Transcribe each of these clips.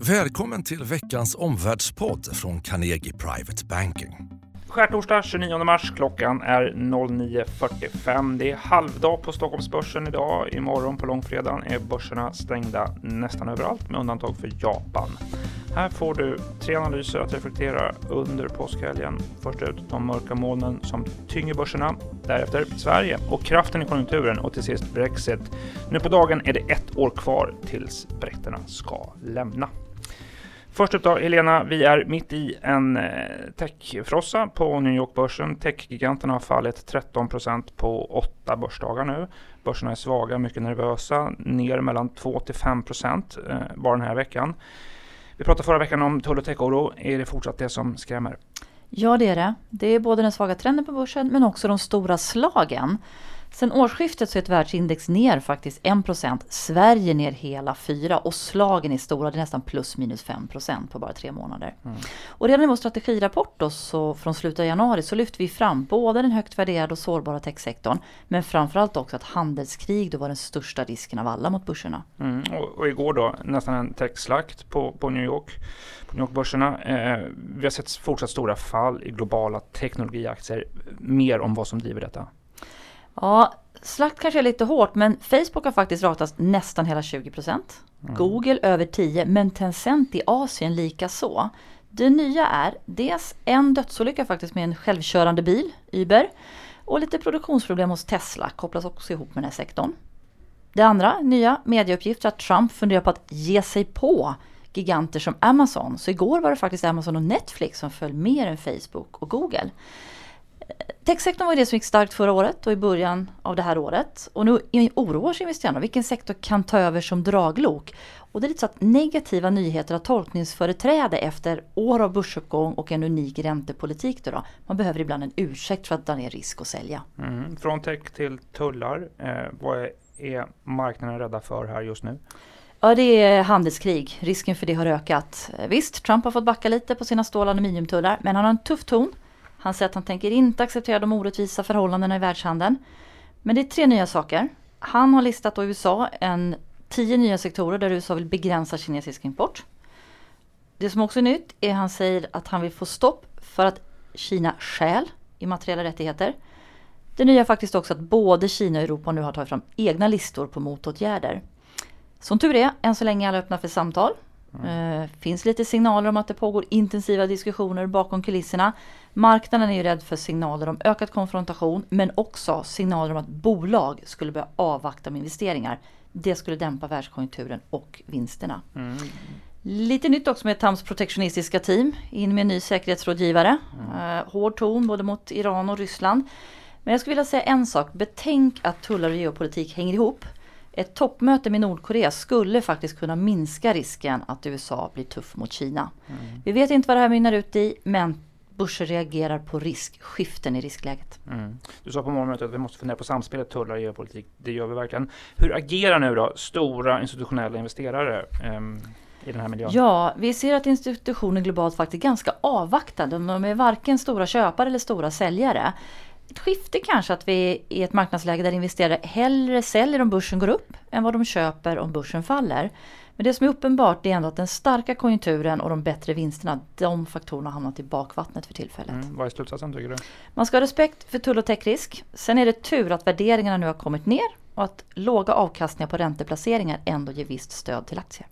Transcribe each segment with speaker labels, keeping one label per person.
Speaker 1: Välkommen till veckans omvärldspodd från Carnegie Private Banking.
Speaker 2: Skärtorsdag 29 mars, klockan är 09.45. Det är halvdag på Stockholmsbörsen idag. Imorgon på långfredagen är börserna stängda nästan överallt med undantag för Japan. Här får du 3 analyser att reflektera under påskhelgen. Först ut de mörka molnen som tynger börserna. Därefter Sverige och kraften i konjunkturen och till sist Brexit. Nu på dagen är det 1 år kvar tills britterna ska lämna. Först upp då, Helena, vi är mitt i en techfrossa på New York-börsen. Techgiganterna har fallit 13% på 8 börsdagar nu. Börserna är svaga, mycket nervösa, ner mellan 2-5% bara den här veckan. Vi pratade förra veckan om tull- och tech-oro. Är det fortsatt det som skrämmer?
Speaker 3: Ja, det är det. Det är både den svaga trenden på börsen men också de stora slagen. Sen årsskiftet så är ett världsindex ner faktiskt 1%, Sverige ner hela 4% och slagen är stora, det är nästan plus minus 5% på bara 3 månader. Och redan i vår strategirapport då, så från slutet av januari så lyfter vi fram både den högt värderade och sårbara techsektorn men framförallt också att handelskrig då var den största risken av alla mot börserna.
Speaker 2: Och igår då nästan en techslakt på New York-börserna. Vi har sett fortsatt stora fall i globala teknologiaktier. Mer om vad som driver detta.
Speaker 3: Ja, slakt kanske är lite hårt men Facebook har faktiskt ratat nästan hela 20%. Google över 10% men Tencent i Asien lika så. Det nya är dels en dödsolycka faktiskt med en självkörande bil, Uber. Och lite produktionsproblem hos Tesla kopplas också ihop med den här sektorn. Det andra, nya medieuppgifter att Trump funderar på att ge sig på giganter som Amazon. Så igår var det faktiskt Amazon och Netflix som föll mer än Facebook och Google. Techsektorn var det som gick starkt förra året och i början av det här året. Och nu oroar sig investerarna. Vilken sektor kan ta över som draglok? Och det är lite så att negativa nyheter har tolkningsföreträde efter år av börsuppgång och en unik räntepolitik. Då. Man behöver ibland en ursäkt för att dra ner risk och sälja.
Speaker 2: Från tech till tullar. Vad är marknaden rädda för här just nu?
Speaker 3: Ja, det är handelskrig. Risken för det har ökat. Visst, Trump har fått backa lite på sina stål- och aluminiumtullar. Men han har en tuff ton. Han säger att han tänker inte acceptera de orättvisa förhållandena i världshandeln. Men det är 3 nya saker. Han har listat i USA 10 nya sektorer där USA vill begränsa kinesisk import. Det som också är nytt är att han säger att han vill få stopp för att Kina stjäl i materiella rättigheter. Det nya är faktiskt också att både Kina och Europa nu har tagit fram egna listor på motåtgärder. Som tur är, än så länge är alla öppna för samtal. Finns lite signaler om att det pågår intensiva diskussioner bakom kulisserna. Marknaden är ju rädd för signaler om ökad konfrontation men också signaler om att bolag skulle börja avvakta med investeringar. Det skulle dämpa världskonjunkturen och vinsterna. Lite nytt också med Tams protektionistiska team in med en ny säkerhetsrådgivare. Hård ton både mot Iran och Ryssland. Men jag skulle vilja säga en sak. Betänk att tullar och geopolitik hänger ihop. Ett toppmöte med Nordkorea skulle faktiskt kunna minska risken att USA blir tuff mot Kina. Vi vet inte vad det här mynnar ut i, men börser reagerar på riskskiften i riskläget.
Speaker 2: Du sa på morgonmötet att vi måste fundera på samspelet tullar och geopolitik. Det gör vi verkligen. Hur agerar nu då stora institutionella investerare i den här miljön?
Speaker 3: Ja, vi ser att institutioner globalt faktiskt är ganska avvaktande. De är varken stora köpare eller stora säljare. Ett skifte kanske att vi är i ett marknadsläge där investerare hellre säljer om börsen går upp än vad de köper om börsen faller. Men det som är uppenbart är ändå att den starka konjunkturen och de bättre vinsterna, de faktorerna har hamnat i bakvattnet för tillfället.
Speaker 2: Vad är slutsatsen tycker du?
Speaker 3: Man ska ha respekt för tull- och techrisk. Sen är det tur att värderingarna nu har kommit ner och att låga avkastningar på ränteplaceringar ändå ger visst stöd till aktier.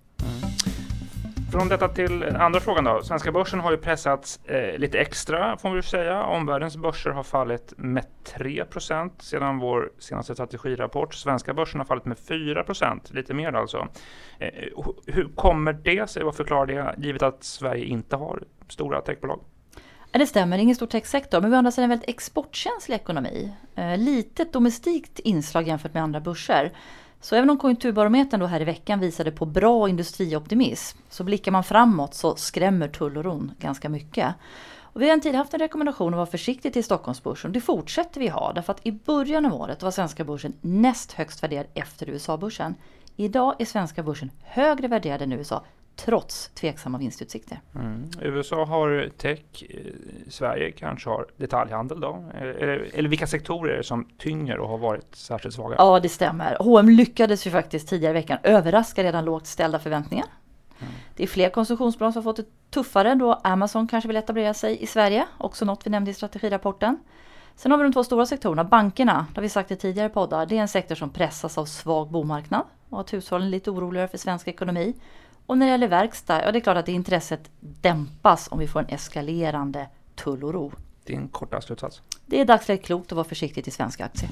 Speaker 2: Från detta till andra frågan då. Svenska börsen har ju pressats lite extra får vi säga. Omvärldens börser har fallit med 3% sedan vår senaste strategirapport. Svenska börsen har fallit med 4%, lite mer alltså. Hur kommer det sig? Vad förklarar det givet att Sverige inte har stora techbolag?
Speaker 3: Det stämmer, ingen stor techsektor, men vi har en väldigt exportkänslig ekonomi. Litet domestikt inslag jämfört med andra börser. Så även om konjunkturbarometern då här i veckan visade på bra industrioptimism så blickar man framåt så skrämmer tulloron ganska mycket. Och vi har en tid haft en rekommendation att vara försiktig till Stockholmsbörsen. Det fortsätter vi ha därför att i början av året var svenska börsen näst högst värderad efter USA-börsen. Idag är svenska börsen högre värderad än USA trots tveksamma vinstutsikter.
Speaker 2: USA har tech, Sverige kanske har detaljhandel då? Eller vilka sektorer är det som tynger och har varit särskilt svaga?
Speaker 3: Ja, det stämmer. H&M lyckades ju faktiskt tidigare i veckan överraska redan lågt ställda förväntningar. Det är fler konsumtionsbolag som har fått det tuffare då Amazon kanske vill etablera sig i Sverige. Också något vi nämnde i strategirapporten. Sen har vi de 2 stora sektorerna. Bankerna, det har vi sagt i tidigare poddar, det är en sektor som pressas av svag bomarknad och att hushållen är lite oroligare för svensk ekonomi. Och när det gäller verkstad, ja det är klart att det intresset dämpas om vi får en eskalerande tulloro.
Speaker 2: Din korta slutsats?
Speaker 3: Det är dagsläget klokt att vara försiktig i svenska aktier.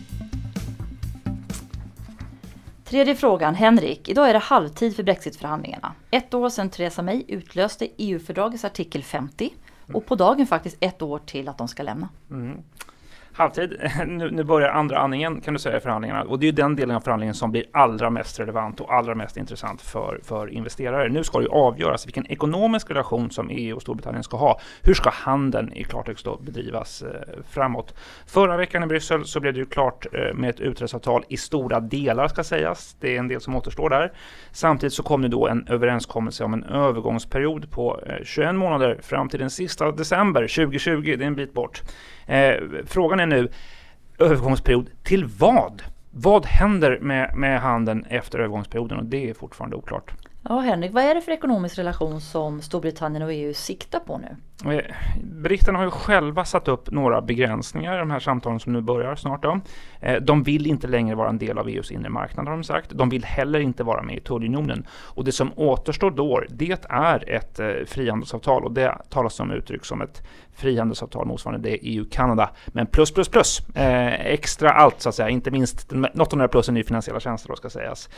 Speaker 3: Tredje frågan, Henrik. Idag är det halvtid för Brexit-förhandlingarna. 1 år sedan Theresa May utlöste EU-fördragets artikel 50 och på dagen faktiskt 1 år till att de ska lämna.
Speaker 2: Halvtid. Nu börjar andra andningen kan du säga i förhandlingarna. Och det är ju den delen av förhandlingen som blir allra mest relevant och allra mest intressant för investerare. Nu ska det ju avgöras vilken ekonomisk relation som EU och Storbritannien ska ha. Hur ska handeln i klartext då bedrivas framåt? Förra veckan i Bryssel så blev det ju klart med ett utträdesavtal i stora delar ska sägas. Det är en del som återstår där. Samtidigt så kom det då en överenskommelse om en övergångsperiod på 21 månader fram till den sista december 2020. Det är en bit bort. Frågan är nu, övergångsperiod till vad? Vad händer med handeln efter övergångsperioden? Och det är fortfarande oklart.
Speaker 3: Ja, Henrik, vad är det för ekonomisk relation som Storbritannien och EU siktar på nu?
Speaker 2: Britterna har ju själva satt upp några begränsningar i de här samtalen som nu börjar snart. De vill inte längre vara en del av EUs inre marknad har de sagt. De vill heller inte vara med i tullunionen. Och det som återstår då, det är ett frihandelsavtal. Och det talas om uttryck som ett frihandelsavtal motsvarande det EU-Kanada. Men plus. Extra allt så att säga. Inte minst något av de här plussen är finansiella tjänster då ska sägas.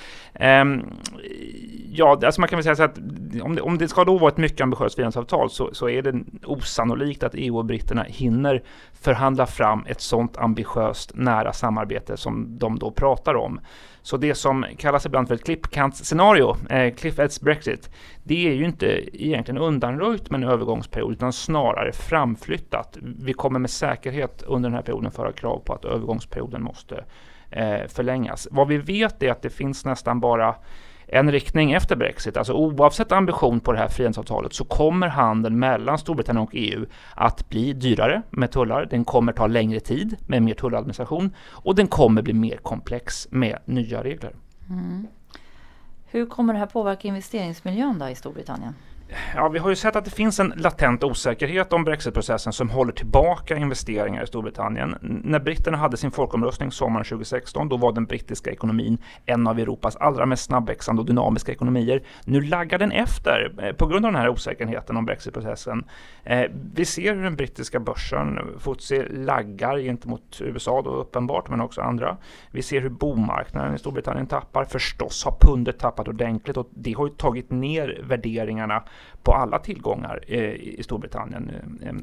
Speaker 2: Ja, alltså man kan väl säga så att om det ska då vara ett mycket ambitiöst frihandelsavtal så är det osannolikt att EU och britterna hinner förhandla fram ett sånt ambitiöst nära samarbete som de då pratar om. Så det som kallas ibland för ett klippkantsscenario, cliff edge Brexit, det är ju inte egentligen undanröjt med en övergångsperiod utan snarare framflyttat. Vi kommer med säkerhet under den här perioden föra krav på att övergångsperioden måste förlängas. Vad vi vet är att det finns nästan bara en riktning efter Brexit. Alltså oavsett ambition på det här frihandelsavtalet så kommer handeln mellan Storbritannien och EU att bli dyrare med tullar. Den kommer ta längre tid med mer tulladministration och den kommer bli mer komplex med nya regler.
Speaker 3: Hur kommer det här påverka investeringsmiljön då i Storbritannien?
Speaker 2: Ja, vi har ju sett att det finns en latent osäkerhet om Brexit-processen som håller tillbaka investeringar i Storbritannien. När britterna hade sin folkomröstning sommaren 2016, då var den brittiska ekonomin en av Europas allra mest snabbväxande och dynamiska ekonomier. Nu laggar den efter på grund av den här osäkerheten om Brexit-processen. Vi ser hur den brittiska börsen FTSE laggar gentemot USA då uppenbart, men också andra. Vi ser hur bomarknaden i Storbritannien tappar. Förstås har pundet tappat ordentligt och det har ju tagit ner värderingarna på alla tillgångar i Storbritannien.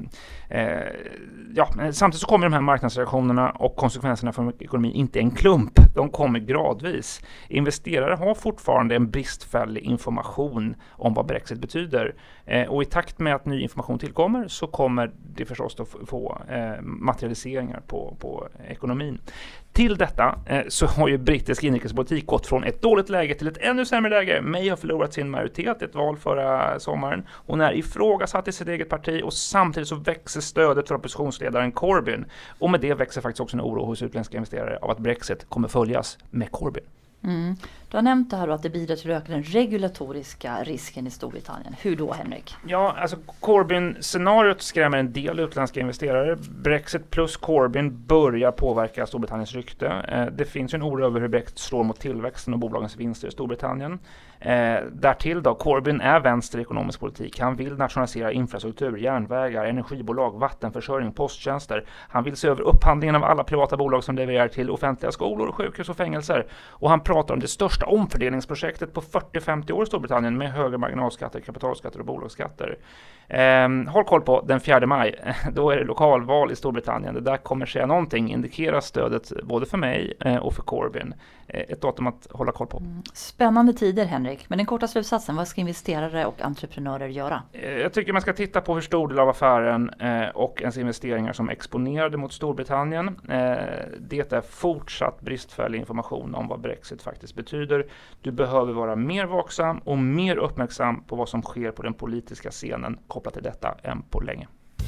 Speaker 2: Samtidigt så kommer de här marknadsreaktionerna och konsekvenserna för ekonomin inte en klump. De kommer gradvis. Investerare har fortfarande en bristfällig information om vad Brexit betyder. Och i takt med att ny information tillkommer så kommer det förstås att få materialiseringar på ekonomin. Till detta så har ju brittisk inrikespolitik gått från ett dåligt läge till ett ännu sämre läge. May har förlorat sin majoritet i ett val förra sommaren. Hon är ifrågasatt i sitt eget parti och samtidigt så växer stödet för oppositionsledaren Corbyn. Och med det växer faktiskt också en oro hos utländska investerare av att Brexit kommer följas med Corbyn.
Speaker 3: Du har nämnt det här att det bidrar till att öka den regulatoriska risken i Storbritannien. Hur då, Henrik?
Speaker 2: Ja, alltså Corbyn-scenariot skrämmer en del utländska investerare. Brexit plus Corbyn börjar påverka Storbritanniens rykte. Det finns ju en oro över hur Brexit slår mot tillväxten och bolagens vinster i Storbritannien. Därtill då, Corbyn är vänster i ekonomisk politik. Han vill nationalisera infrastruktur, järnvägar, energibolag, vattenförsörjning, posttjänster. Han vill se över upphandlingen av alla privata bolag som levererar till offentliga skolor, sjukhus och fängelser. Och han pratar om det största omfördelningsprojektet på 40-50 år i Storbritannien med högre marginalskatter, kapitalskatter och bolagsskatter. Håll koll på den 4 maj. Då är det lokalval i Storbritannien. Det där kommer säga någonting, indikera stödet både för mig och för Corbyn. Ett datum att hålla koll på.
Speaker 3: Spännande tider, Henrik. Men den korta slutsatsen, vad ska investerare och entreprenörer göra?
Speaker 2: Jag tycker man ska titta på hur stor del av affären och ens investeringar som exponerade mot Storbritannien. Det är fortsatt bristfällig information om vad Brexit faktiskt betyder. Du behöver vara mer vaksam och mer uppmärksam på vad som sker på den politiska scenen kopplat till detta än på länge.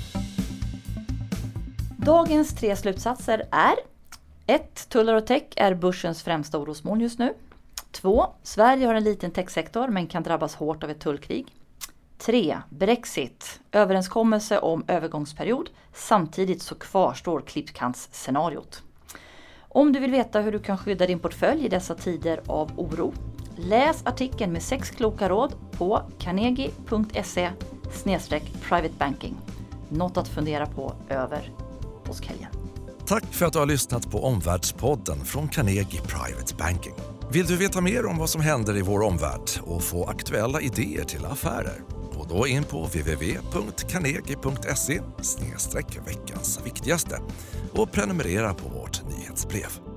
Speaker 3: Dagens 3 slutsatser är: 1. Tullar och tech är börsens främsta orosmoln just nu. 2. Sverige har en liten techsektor men kan drabbas hårt av ett tullkrig. 3. Brexit. Överenskommelse om övergångsperiod. Samtidigt så kvarstår klippkantsscenariot. Om du vill veta hur du kan skydda din portfölj i dessa tider av oro, läs artikeln med 6 kloka råd på carnegie.se/privatebanking. Något att fundera på över påskhelgen.
Speaker 1: Tack för att du har lyssnat på Omvärldspodden från Carnegie Private Banking. Vill du veta mer om vad som händer i vår omvärld och få aktuella idéer till affärer? Gå då in på www.carnegie.se/veckans viktigaste och prenumerera på vårt nyhetsbrev.